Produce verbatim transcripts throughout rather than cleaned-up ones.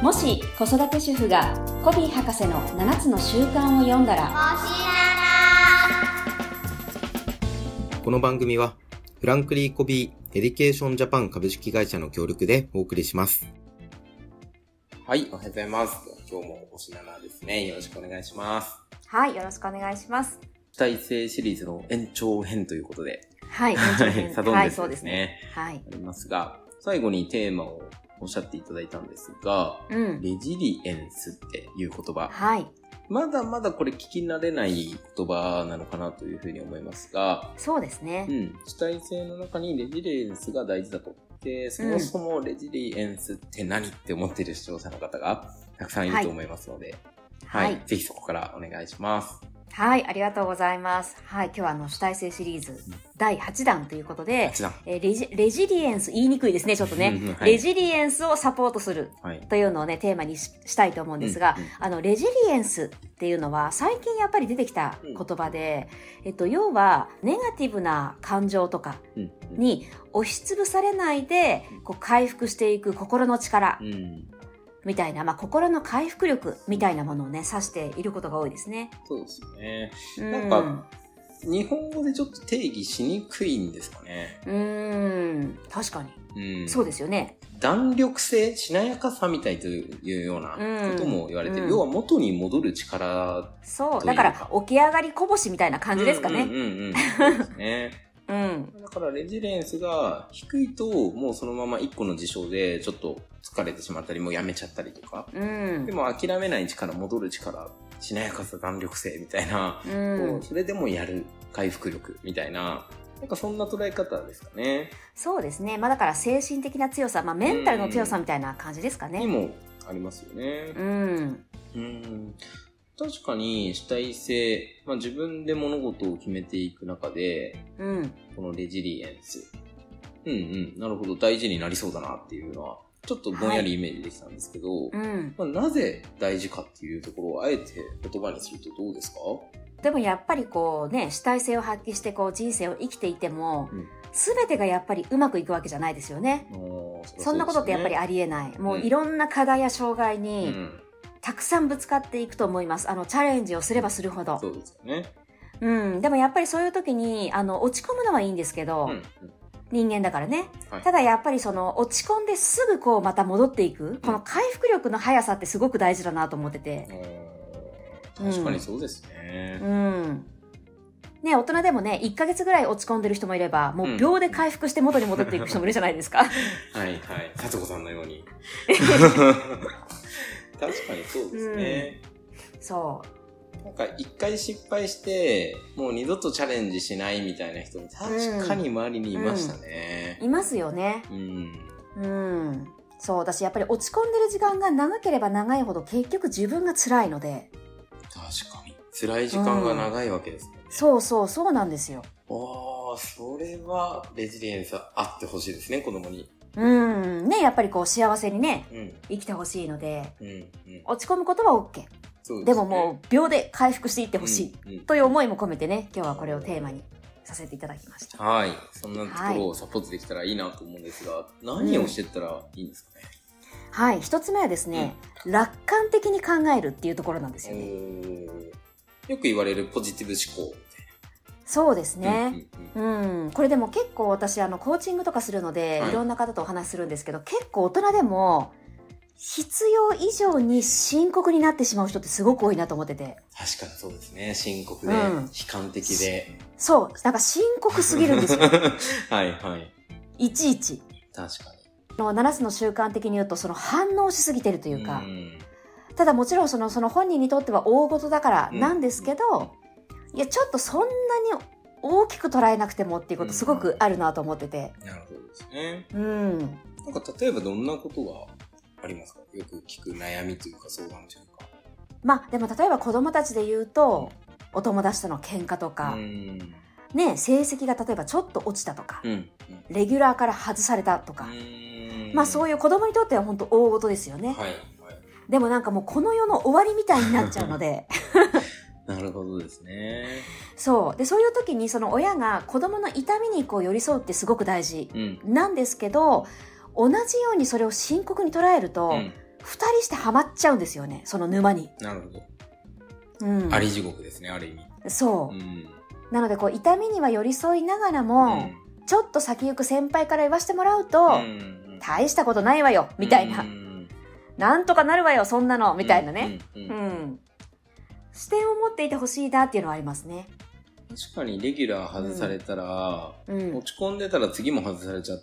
もし子育て主婦がコビー博士のななつの習慣を読んだら、 この番組はフランクリー・コビー・エデュケーション・ジャパン株式会社の協力でお送りします。はい、おはようございます。今日もおしななですね。よろしくお願いします。 はい、よろしくお願いします。 主体性シリーズの延長編ということで、 はい、延長編サドンデスですね。 はい、 ありますが、最後にテーマをおっしゃっていただいたんですが、 うん、 レジリエンスっていう言葉。 はい。 まだまだこれ聞き慣れない言葉なのかなというふうに思いますが、 そうですね。 うん。主体性の中にレジリエンスが大事だと。で、そもそもレジリエンスって何って思っている視聴者の方がたくさんいると思いますので、はい。はい、ぜひそこからお願いします。 はい、ありがとうございます。はい、今日はあの主体性シリーズだいはちだんということで、 はちだんえー、レジ、レジリエンス、言いにくいですね、ちょっとね。はい、レジリエンスをサポートするというのをね、テーマに し, したいと思うんですが、うんうん、あの、レジリエンスっていうのは最近やっぱり出てきた言葉で、うん、えっと、要は、ネガティブな感情とかに押しつぶされないで、こう回復していく心の力。うんみたいな、まあ、心の回復力みたいなものをね、指していることが多いですね。 そうですね。なんか、日本語でちょっと定義しにくいんですかね。 うーん、確かに。うん、そうですよね。 弾力性、しなやかさみたいというようなことも言われてる。うん、要は元に戻る力。 そう。だから、起き上がりこぼしみたいな感じですかね。 うんうんうんうん。そうですね。うん、だからレジリエンスが低いともうそのまま一個の事象でちょっと疲れてしまったりもうやめちゃったりとか、うん、でも諦めない力戻る力しなやかさ弾力性みたいな、うん、それでもやる回復力みたいななんかそんな捉え方ですかね。 そうですね。まあだから精神的な強さ、まあメンタルの強さみたいな感じですかね。 にもありますよね。うん。うん確かに主体性、まあ、自分で物事を決めていく中で、うん、このレジリエンス、うんうん、なるほど大事になりそうだなっていうのはちょっとぼんやりイメージできたんですけど、はいうんまあ、なぜ大事かっていうところをあえて言葉にするとどうですか？ でもやっぱりこうね主体性を発揮してこう人生を生きていても、うん、全てがやっぱりうまくいくわけじゃないですよね。そ, そ, ねそんなことってやっぱりありえない。もういろんな課題や障害に、うんたくさんぶつかっていくと思います。あの、チャレンジをすればするほど。 そうですよね。 うん。でもやっぱりそういう時に、あの、落ち込むのはいいんですけど、うんうん、人間だからね、はい。ただやっぱりその、落ち込んですぐこう、また戻っていく、この回復力の速さってすごく大事だなと思ってて。 うん、確かにそうですね。 うん。うんね、大人でもね、いっかげつぐらい落ち込んでる人もいれば、もう秒で回復して元に戻っていく人もいるじゃないですか。 はいはい。さつこさんのように。確かにそうですね。 うん、そう。 なんか一回失敗して、もう二度とチャレンジしないみたいな人も確かに周りにいましたね。 うんうん、いますよね。うん。うん。そう、私やっぱり落ち込んでる時間が長ければ長いほど結局自分が辛いので。 確かに。辛い時間が長いわけですね。 うん、そうそう、そうなんですよ。 ああ、それはレジリエンスあってほしいですね、子供に。 うんね、やっぱりこう幸せにね、うん、生きてほしいので、うんうん、落ち込むことは OK。そうですね、でももう秒で回復していってほしい、うんうん、という思いも込めてね、今日はこれをテーマにさせていただきました。 はい。そんなところをサポートできたらいいなと思うんですが、はい、何をしてったらいいんですかね。 うん、はい。一つ目はですね、うん、楽観的に考えるっていうところなんですよね。 よく言われるポジティブ思考。 そうですね、うん、うんうん、これでも結構私あのコーチングとかするので、はい、いろんな方とお話しするんですけど結構大人でも必要以上に深刻になってしまう人ってすごく多いなと思ってて。 確かにそうですね。深刻で、うん、悲観的でそうなんか深刻すぎるんですよはいはいいちいち確かにななつの習慣的に言うとその反応しすぎてるというか、うん、ただもちろんその、その本人にとっては大事だからなんですけど、うんうんいや、ちょっとそんなに大きく捉えなくてもっていうことすごくあるなと思ってて。 うん、なるほどですね。うん。なんか例えばどんなことがありますか？よく聞く悩みというか相談というか。 まあでも例えば子供たちで言うと、うん、お友達との喧嘩とか、うん、ね、成績が例えばちょっと落ちたとか、うんうん、レギュラーから外されたとか、うんまあそういう子供にとっては本当大事ですよね。はいはい。でもなんかもうこの世の終わりみたいになっちゃうので。 なるほどですね。 そう。で、そういう時にその親が子供の痛みにこう寄り添うってすごく大事なんですけど、うん、同じようにそれを深刻に捉えると、うん、 二人してハマっちゃうんですよね、その沼に。 なるほど。 うん。 あり地獄ですね、ある意味。 そう。 うん、 なので、こう、痛みには寄り添いながらも、うん、ちょっと先行く先輩から言わせてもらうと、うん、大したことないわよ、みたいな。うん、なんとかなるわよ、そんなの、みたいなね。うん。うんうん、視点を持っていてほしいなっていうのはありますね。 確かにレギュラー外されたら、うん、落ち込んでたら次も外されちゃって、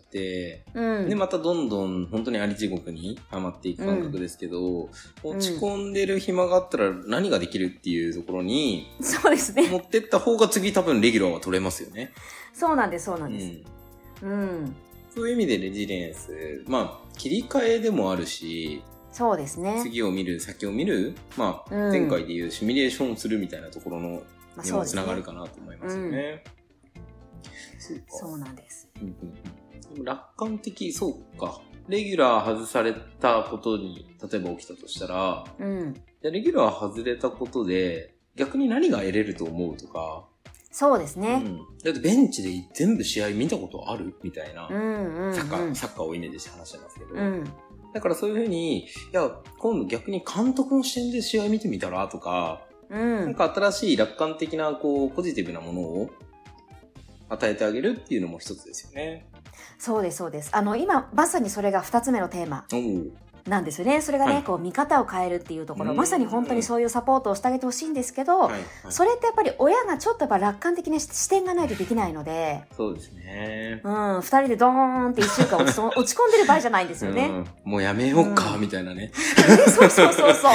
うん、でまたどんどん本当にあり地獄にはまっていく感覚ですけど、うん、落ち込んでる暇があったら何ができるっていうところに、 そうですね。 持ってった方が次多分レギュラーは取れますよね。 そうなんです、そうなんです。うん。うん、 そういう意味でレジリエンス、まあ切り替えでもあるし、 そうですね。 次を見る、先を見る、まあ、前回でいうシミュレーションをするみたいなところのにもつながるかなと思いますよね。 そうですね。うん、そうなんです。 うんうん、でも楽観的、そうか。レギュラー外されたことに、例えば起きたとしたら、うん、レギュラー外れたことで、逆に何が得れると思うとか。 そうですね。 うん、だってベンチで全部試合見たことあるみたいな、うんうんうん、サッカー、サッカーをイメージして話してますけど。うんだからそういうふうに、いや、今度逆に監督の視点で試合見てみたらとか、うん、なんか新しい楽観的な、こう、ポジティブなものを与えてあげるっていうのも一つですよね。 そうです、そうです。あの、今、まさにそれが二つ目のテーマなんですよね。それがね、はい、こう、見方を変えるっていうところ、まさに本当にそういうサポートをしてあげてほしいんですけど、はいはい、それってやっぱり親がちょっとやっぱ楽観的な視点がないとできないので、 そうですね。 うん、二人でドーンって一週間落ち落ち込んでる場合じゃないんですよね。 うん、もうやめようか、うん、みたいなね。 そうそうそうそう。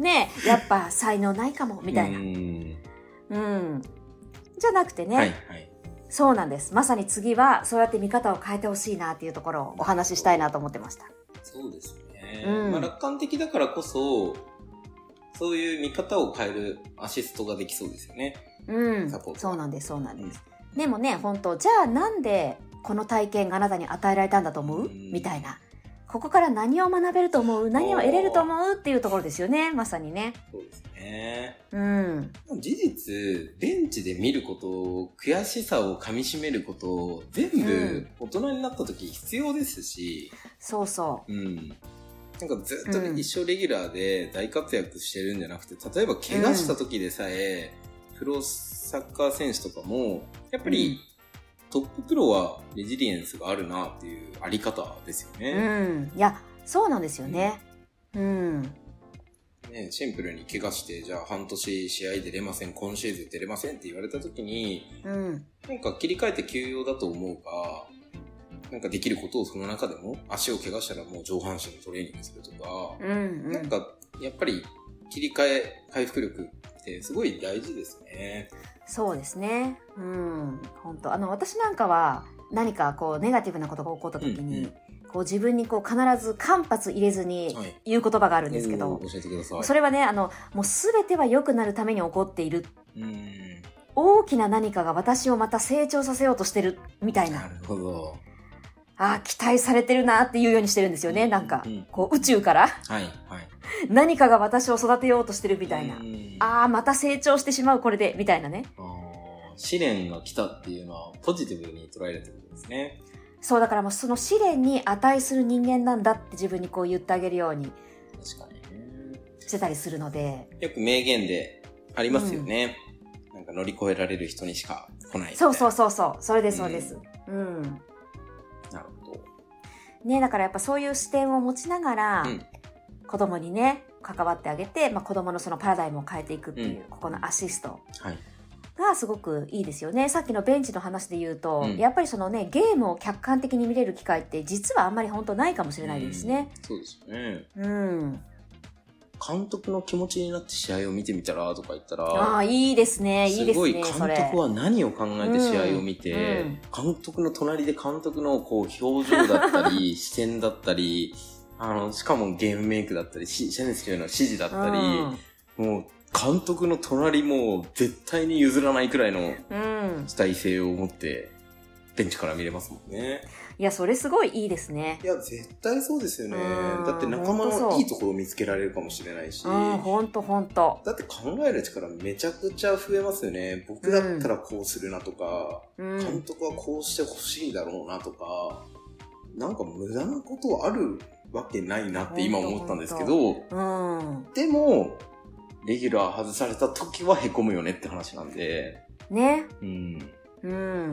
ね、やっぱ才能ないかも、みたいな。うん。うん。じゃなくてね。はいはい。そうなんです。まさに次は、そうやって見方を変えてほしいなっていうところをお話ししたいなと思ってました。 そうですね。うんまあ、楽観的だからこそ、そういう見方を変えるアシストができそうですよね。 うん。サポート。そうなんです、そうなんです。うん、でもね、本当じゃあなんでこの体験があなたに与えられたんだと思う、うん、みたいな。ここから何を学べると思う何を得れると思うっていうところですよね、まさにね。 そうですね。 うん。 事実、ベンチで見ること、悔しさをかみしめること、全部大人になった時必要ですし。 うん、そうそう。 うん。なんかずっと一生レギュラーで大活躍してるんじゃなくて、例えば怪我した時でさえ、うん、プロサッカー選手とかも、やっぱり、うんトッププロはレジリエンスがあるなっていうあり方ですよね。 うん。いや、そうなんですよね。うん。 ね、シンプルに怪我して、じゃあ半年試合出れません、今シーズン出れませんって言われた時に、うん。なんか切り替えて休養だと思うか、なんかできることをその中でも、足を怪我したらもう上半身のトレーニングするとか、うん、うん。なんか、やっぱり切り替え、回復力ってすごい大事ですね。 そうですね。うん。本当あの、私なんかは何かこう、ネガティブなことが起こった時に、うんうん、こう自分にこう必ず間髪入れずに言う言葉があるんですけど、 はい、教えてください。 それはね、あの、もうすべては良くなるために起こっている。うん。大きな何かが私をまた成長させようとしてるみたいな。 なるほど。 ああ、期待されてるなっていうようにしてるんですよね。うん、なんか、こう宇宙から。 はい、はい。 何かが私を育てようとしてるみたいな。ああ、また成長してしまうこれで、みたいなね。 試練が来たっていうのはポジティブに捉えるってことですね。 そう、だからもうその試練に値する人間なんだって自分にこう言ってあげるように。 確かにね。 してたりするので。 よく名言でありますよね。うん、なんか乗り越えられる人にしか来ない。 そうそうそうそう。それです、そうです。うん。うん、 なるほど。 ね、だからやっぱそういう視点を持ちながら、うん、子供にね、関わってあげて、まあ、子供のそのパラダイムを変えていくっていう、うん、ここのアシスト。はい。がすごくいいですよね。さっきのベンチの話で言うと、うん、やっぱりそのね、ゲームを客観的に見れる機会って実はあんまり本当ないかもしれないですね。 うん、そうですよね。 うん。 監督の気持ちになって試合を見てみたらとか言ったら、 ああ、いいですね。いいですね。すごい監督は何を考えて試合を見て、うんうん、監督の隣で監督のこう表情だったり、視線だったり、あの、しかもゲームメイクだったり、シェンスキューの指示だったり、うん、もう、監督の隣も絶対に譲らないくらいの主体性を持ってベンチから見れますもんね。 いや、それすごいいいですね。 いや、絶対そうですよね。だって仲間のいいところを見つけられるかもしれないし。 うん、ほんとほんと。 だって考える力めちゃくちゃ増えますよね。僕だったらこうするなとか、うん、監督はこうしてほしいだろうなとか、なんか無駄なことあるわけないなって今思ったんですけど、うん、でも、レギュラー外された時は凹むよねって話なんで。 ね。 うん。 うん。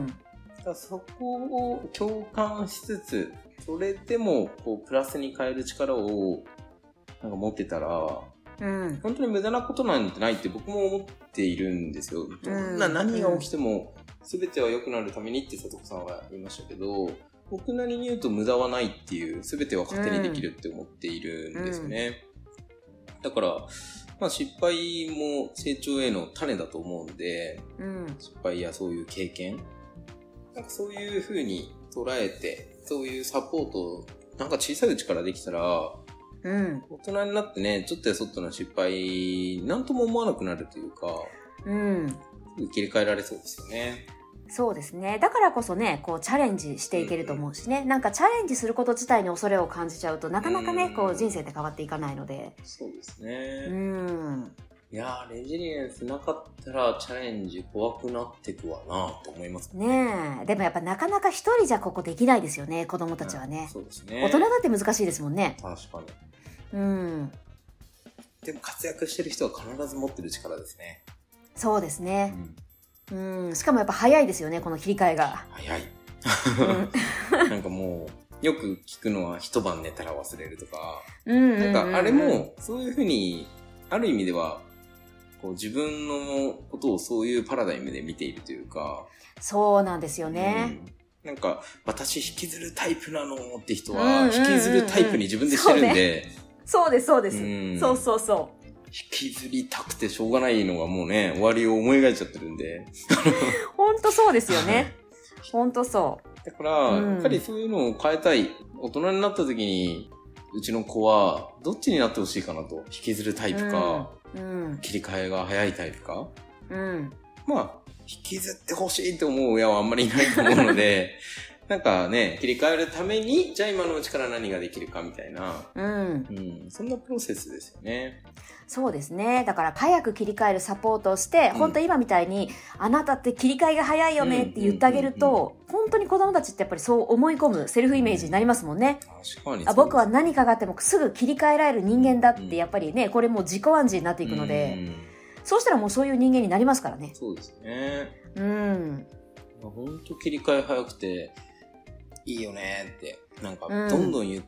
だそこを共感しつつ、それでも、こう、プラスに変える力を、なんか持ってたら、うん、本当に無駄なことなんてないって僕も思っているんですよ。どんな何が起きても、全ては良くなるためにって佐藤さんは言いましたけど、僕なりに言うと無駄はないっていう、全ては勝手にできるって思っているんですよね。うん、だから、まあ失敗も成長への種だと思うんで、うん、失敗やそういう経験、なんかそういう風に捉えて、そういうサポートをなんか小さいうちからできたら、うん、大人になってね、ちょっとやそっとの失敗、なんとも思わなくなるというか、うん、切り替えられそうですよね。 そうですね。だからこそね、こうチャレンジしていけると思うしね、うん、なんかチャレンジすること自体に恐れを感じちゃうとなかなかね、うん、こう人生って変わっていかないので。 そうですね。うん。いやー、レジリエンスなかったらチャレンジ怖くなってくわなって思いますね。ねえ。でもやっぱなかなか一人じゃここできないですよね、子供たちはね。 うん、そうですね。 大人だって難しいですもんね。 確かに。 うん。 でも活躍してる人は必ず持ってる力ですね。 そうですね。うん、うん、しかもやっぱ早いですよね、この切り替えが。 早い。うん、なんかもう、よく聞くのは一晩寝たら忘れるとか、うんうんうんうん、なんかあれもそういうふうに、ある意味では、こう自分のことをそういうパラダイムで見ているというか。 そうなんですよね。 うん、なんか、私引きずるタイプなのって人は、引きずるタイプに自分でしてるんで。 そうです、そうです。うん、そうそうそう。 引きずりたくてしょうがないのがもうね、終わりを思い描いちゃってるんで。 ほんとそうですよね。ほんとそう。 だから、うん、やっぱりそういうのを変えたい。大人になった時に、うちの子は、どっちになってほしいかなと。引きずるタイプか、うんうん、切り替えが早いタイプか。うん、まあ、引きずってほしいと思う親はあんまりいないと思うので、なんかね、切り替えるために、じゃあ今のうちから何ができるかみたいな、うん、うん、そんなプロセスですよね。 そうですね。だから早く切り替えるサポートをして、うん、本当今みたいに、あなたって切り替えが早いよねって言ってあげると、うんうんうんうん、本当に子供たちってやっぱりそう思い込むセルフイメージになりますもんね。 確かに。 あ、僕は何かがあってもすぐ切り替えられる人間だってやっぱりね、これもう自己暗示になっていくので、うん、そうしたらもうそういう人間になりますからね。 そうですね。 うん。 本当切り替え早くて、いいよねって、なんかどんどん言って、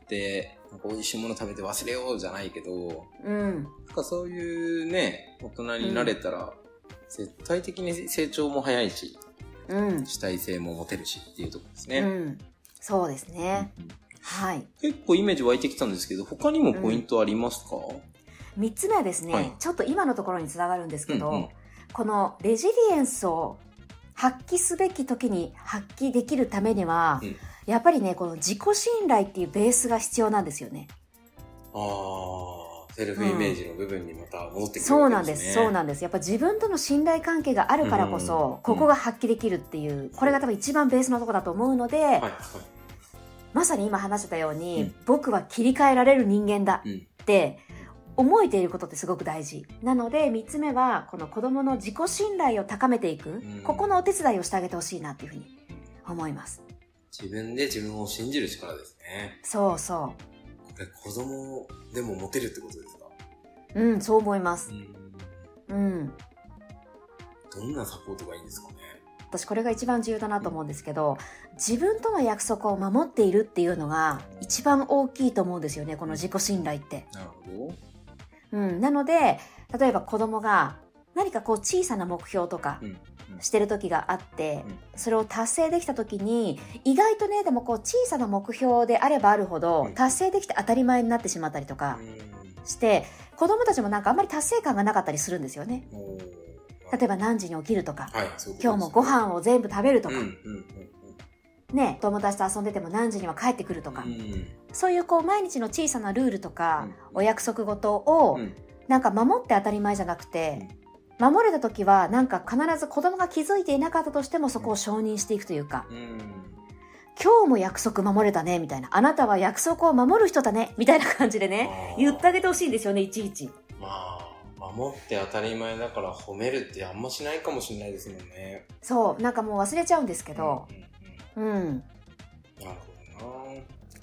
うん、なんか美味しいもの食べて忘れようじゃないけど、うん、なんかそういうね、大人になれたら、絶対的に成長も早いし、うん、主体性も持てるしっていうところですね。うん、 そうですね、うんうん。はい。 結構イメージ湧いてきたんですけど、他にもポイントありますか？ みっつめはですね、はい、ちょっと今のところにつながるんですけど、うんうん、このレジリエンスを発揮すべき時に発揮できるためには、うん、やっぱりね、この自己信頼っていうベースが必要なんですよね。 ああ、セルフイメージの部分にまた戻ってくるわけですね。 そうなんです、そうなんです。やっぱ自分との信頼関係があるからこそ、ここが発揮できるっていう、うん、これが多分一番ベースのところだと思うので、はいはい、まさに今話してたように、うん、僕は切り替えられる人間だって、思えていることってすごく大事。なので、三つ目は、この子供の自己信頼を高めていく、うん、ここのお手伝いをしてあげてほしいなっていうふうに思います。 自分で自分を信じる力ですね。 そうそう。 これ子供でも持てるってことですか？ うん、そう思います。うん。うん。 どんなサポートがいいんですかね？ 私これが一番重要だなと思うんですけど、自分との約束を守っているっていうのが一番大きいと思うんですよね、この自己信頼って。 なるほど。 うん、なので、例えば子供が何かこう小さな目標とかしてる時があって、うんうん、それを達成できた時に、意外とね、でもこう小さな目標であればあるほど、達成できて当たり前になってしまったりとかして、子供たちもなんかあんまり達成感がなかったりするんですよね。例えば何時に起きるとか、はい、今日もご飯を全部食べるとか、うんうんうん、ね、友達と遊んでても何時には帰ってくるとか、うん、そういうこう毎日の小さなルールとか、うん、お約束事を、うん、なんか守って当たり前じゃなくて、うん、守れた時はなんか必ず子供が気づいていなかったとしてもそこを承認していくというか、うん、今日も約束守れたねみたいな、あなたは約束を守る人だねみたいな感じでね、言ってあげてほしいんですよね、いちいち。 まあ守って当たり前だから褒めるってあんましないかもしれないですもんね。 そう、なんかもう忘れちゃうんですけど、うん、うんうん、 なるほどな。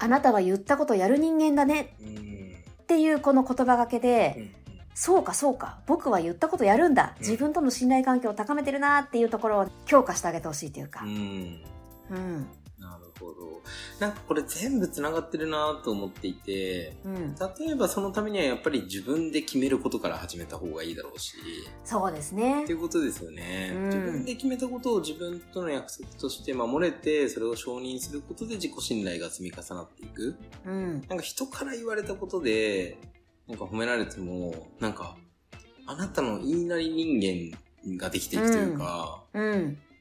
あなたは言ったことやる人間だねっていうこの言葉がけで、うん、そうかそうか、僕は言ったことやるんだ、自分との信頼関係を高めてるなっていうところを強化してあげてほしいというか、うん、 うん、なるほど。なんかこれ全部つながってるなと思っていて、うん、例えばそのためにはやっぱり自分で決めることから始めた方がいいだろうし、 そうですねっていうことですよね、うん、自分で決めたことを自分との約束として守れて、それを承認することで自己信頼が積み重なっていく、うん、なんか人から言われたことでなんか褒められても、なんかあなたの言いなり人間ができていくというか、うん、うんうん、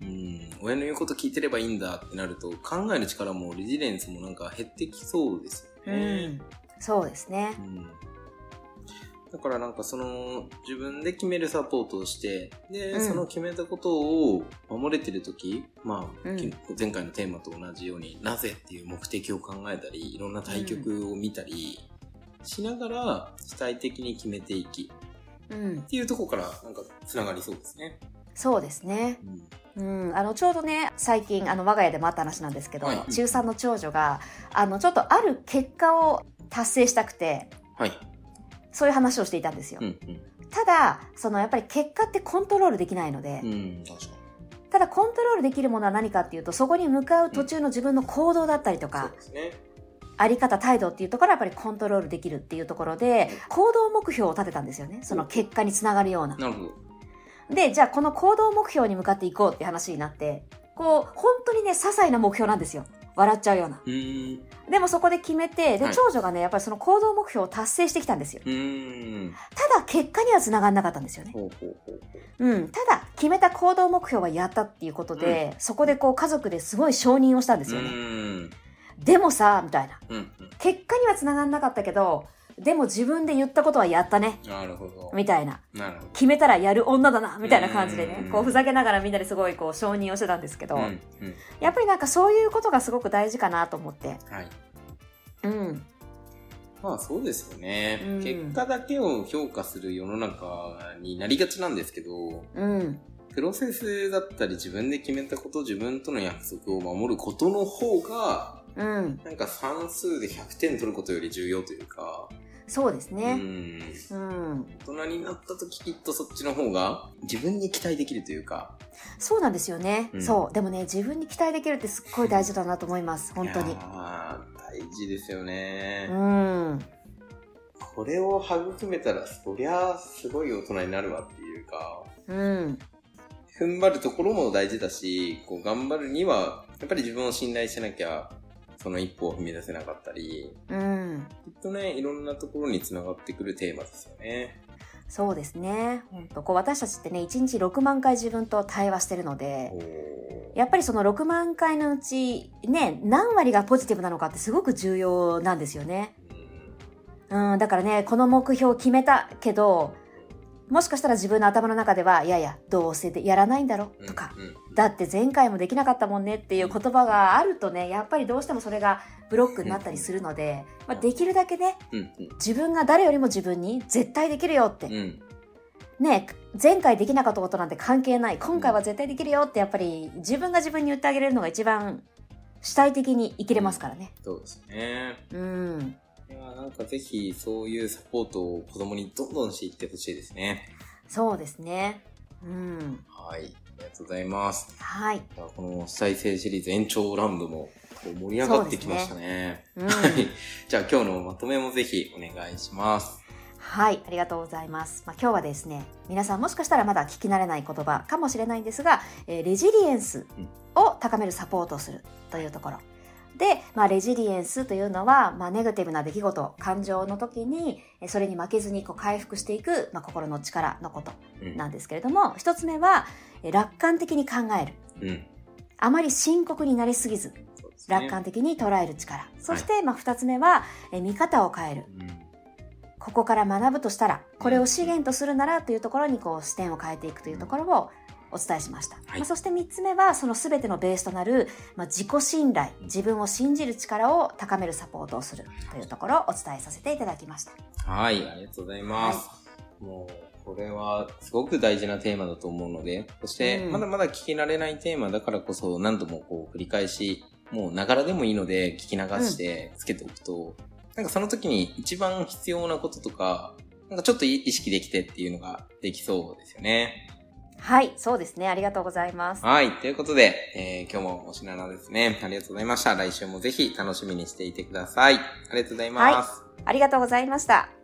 親の言うこと聞いてればいいんだってなると、考える力もレジリエンスもなんか減ってきそうですよね、 うん、そうですね、うん、 だからなんかその自分で決めるサポートをしてで、うん、その決めたことを守れてる時、まあ、うん、前回のテーマと同じようになぜっていう目的を考えたり、いろんな対局を見たりしながら主体的に決めていき、うん、っていうところからなんかつながりそうですね。 そうですね、うんうん、あのちょうどね最近あの我が家でもあった話なんですけど、はい、中さんの長女があのちょっとある結果を達成したくて、はい、そういう話をしていたんですよ、うんうん、ただそのやっぱり結果ってコントロールできないので、うん、確かに。ただコントロールできるものは何かっていうと、そこに向かう途中の自分の行動だったりとか、うん、そうですね、あり方態度っていうところはやっぱりコントロールできるっていうところで、行動目標を立てたんですよね、その結果につながるような。なるほど。で、じゃあこの行動目標に向かっていこうって話になって、こう、本当にね、些細な目標なんですよ。笑っちゃうような。うーん。でもそこで決めて、で、はい、長女がね、やっぱりその行動目標を達成してきたんですよ。うーん。ただ、結果には繋がんなかったんですよね。ほうほうほうほう。うん。ただ、決めた行動目標はやったっていうことで、うん、そこでこう、家族ですごい承認をしたんですよね。うーん。でもさ、みたいな。うんうん、結果には繋がんなかったけど、でも自分で言ったことはやったね。なるほど。みたいな。なるほど。決めたらやる女だな、みたいな感じでね、こうふざけながらみんなですごいこう承認をしてたんですけど、うんうん、やっぱりなんかそういうことがすごく大事かなと思って。はい。 うん。まあそうですよね、うん。結果だけを評価する世の中になりがちなんですけど、うん。プロセスだったり自分で決めたこと、自分との約束を守ることの方が、うん。なんか算数でひゃくてん取ることより重要というか、 そうですね。うん。 うん。大人になった時きっとそっちの方が自分に期待できるというか。 そうなんですよね。うん、そう。でもね、自分に期待できるってすっごい大事だなと思います。本当に。いや大事ですよね。うん。これを育めたら、そりゃすごい大人になるわっていうか。うん。踏ん張るところも大事だし、こう頑張るには、やっぱり自分を信頼しなきゃ、その一歩を踏み出せなかったり、うん、きっとね、いろんなところにつながってくるテーマですよね。 そうですね。本当こう私たちってね、いちにちろくまんかい自分と対話してるので、やっぱりそのろくまんかいのうち、ね、何割がポジティブなのかってすごく重要なんですよね。うん、うん、だからね、この目標を決めたけど、もしかしたら自分の頭の中では、いやいや、どうせでやらないんだろとか、うんうん、だって前回もできなかったもんねっていう言葉があるとね、やっぱりどうしてもそれがブロックになったりするので、まあ、できるだけね、うんうん、自分が誰よりも自分に絶対できるよって、うん、ね、前回できなかったことなんて関係ない、今回は絶対できるよってやっぱり自分が自分に言ってあげれるのが一番主体的に生きれますからね。 うん、そうですね。うん。いやなんかぜひそういうサポートを子供にどんどんしていってほしいですね。 そうですね。うん。 はい。ありがとうございます。 はい。 この主体性シリーズ延長ラウンドも盛り上がってきましたね。そうですね。うん、はい。じゃあ今日のまとめもぜひお願いします。 はい。ありがとうございます。まあ、今日はですね、皆さんもしかしたらまだ聞き慣れない言葉かもしれないんですが、えー、レジリエンスを高めるサポートをするというところ。で、まあ、レジリエンスというのは、まあ、ネガティブな出来事、感情の時に、それに負けずにこう回復していく、まあ、心の力のことなんですけれども、一、うん、つ目は、楽観的に考える。うん、あまり深刻になりすぎず、ね、楽観的に捉える力。そして、はい、まあ、二つ目は、え見方を変える。うん、ここから学ぶとしたら、これを資源とするならというところに、こう、視点を変えていくというところを、お伝えしました。はい、まあ、そして三つ目は、そのすべてのベースとなる、まあ、自己信頼、自分を信じる力を高めるサポートをするというところをお伝えさせていただきました。 はい、ありがとうございます。はい、もう、これはすごく大事なテーマだと思うので、そして、まだまだ聞き慣れないテーマだからこそ、何度もこう繰り返しもうながらでもいいので聞き流してつけておくと、うん、なんかその時に一番必要なこととか、なんかちょっと意識できてっていうのができそうですよね。 はい、そうですね。ありがとうございます。 はい、ということで、えー、今日もおしななですね。ありがとうございました。来週もぜひ楽しみにしていてください。ありがとうございます。 はい、ありがとうございました。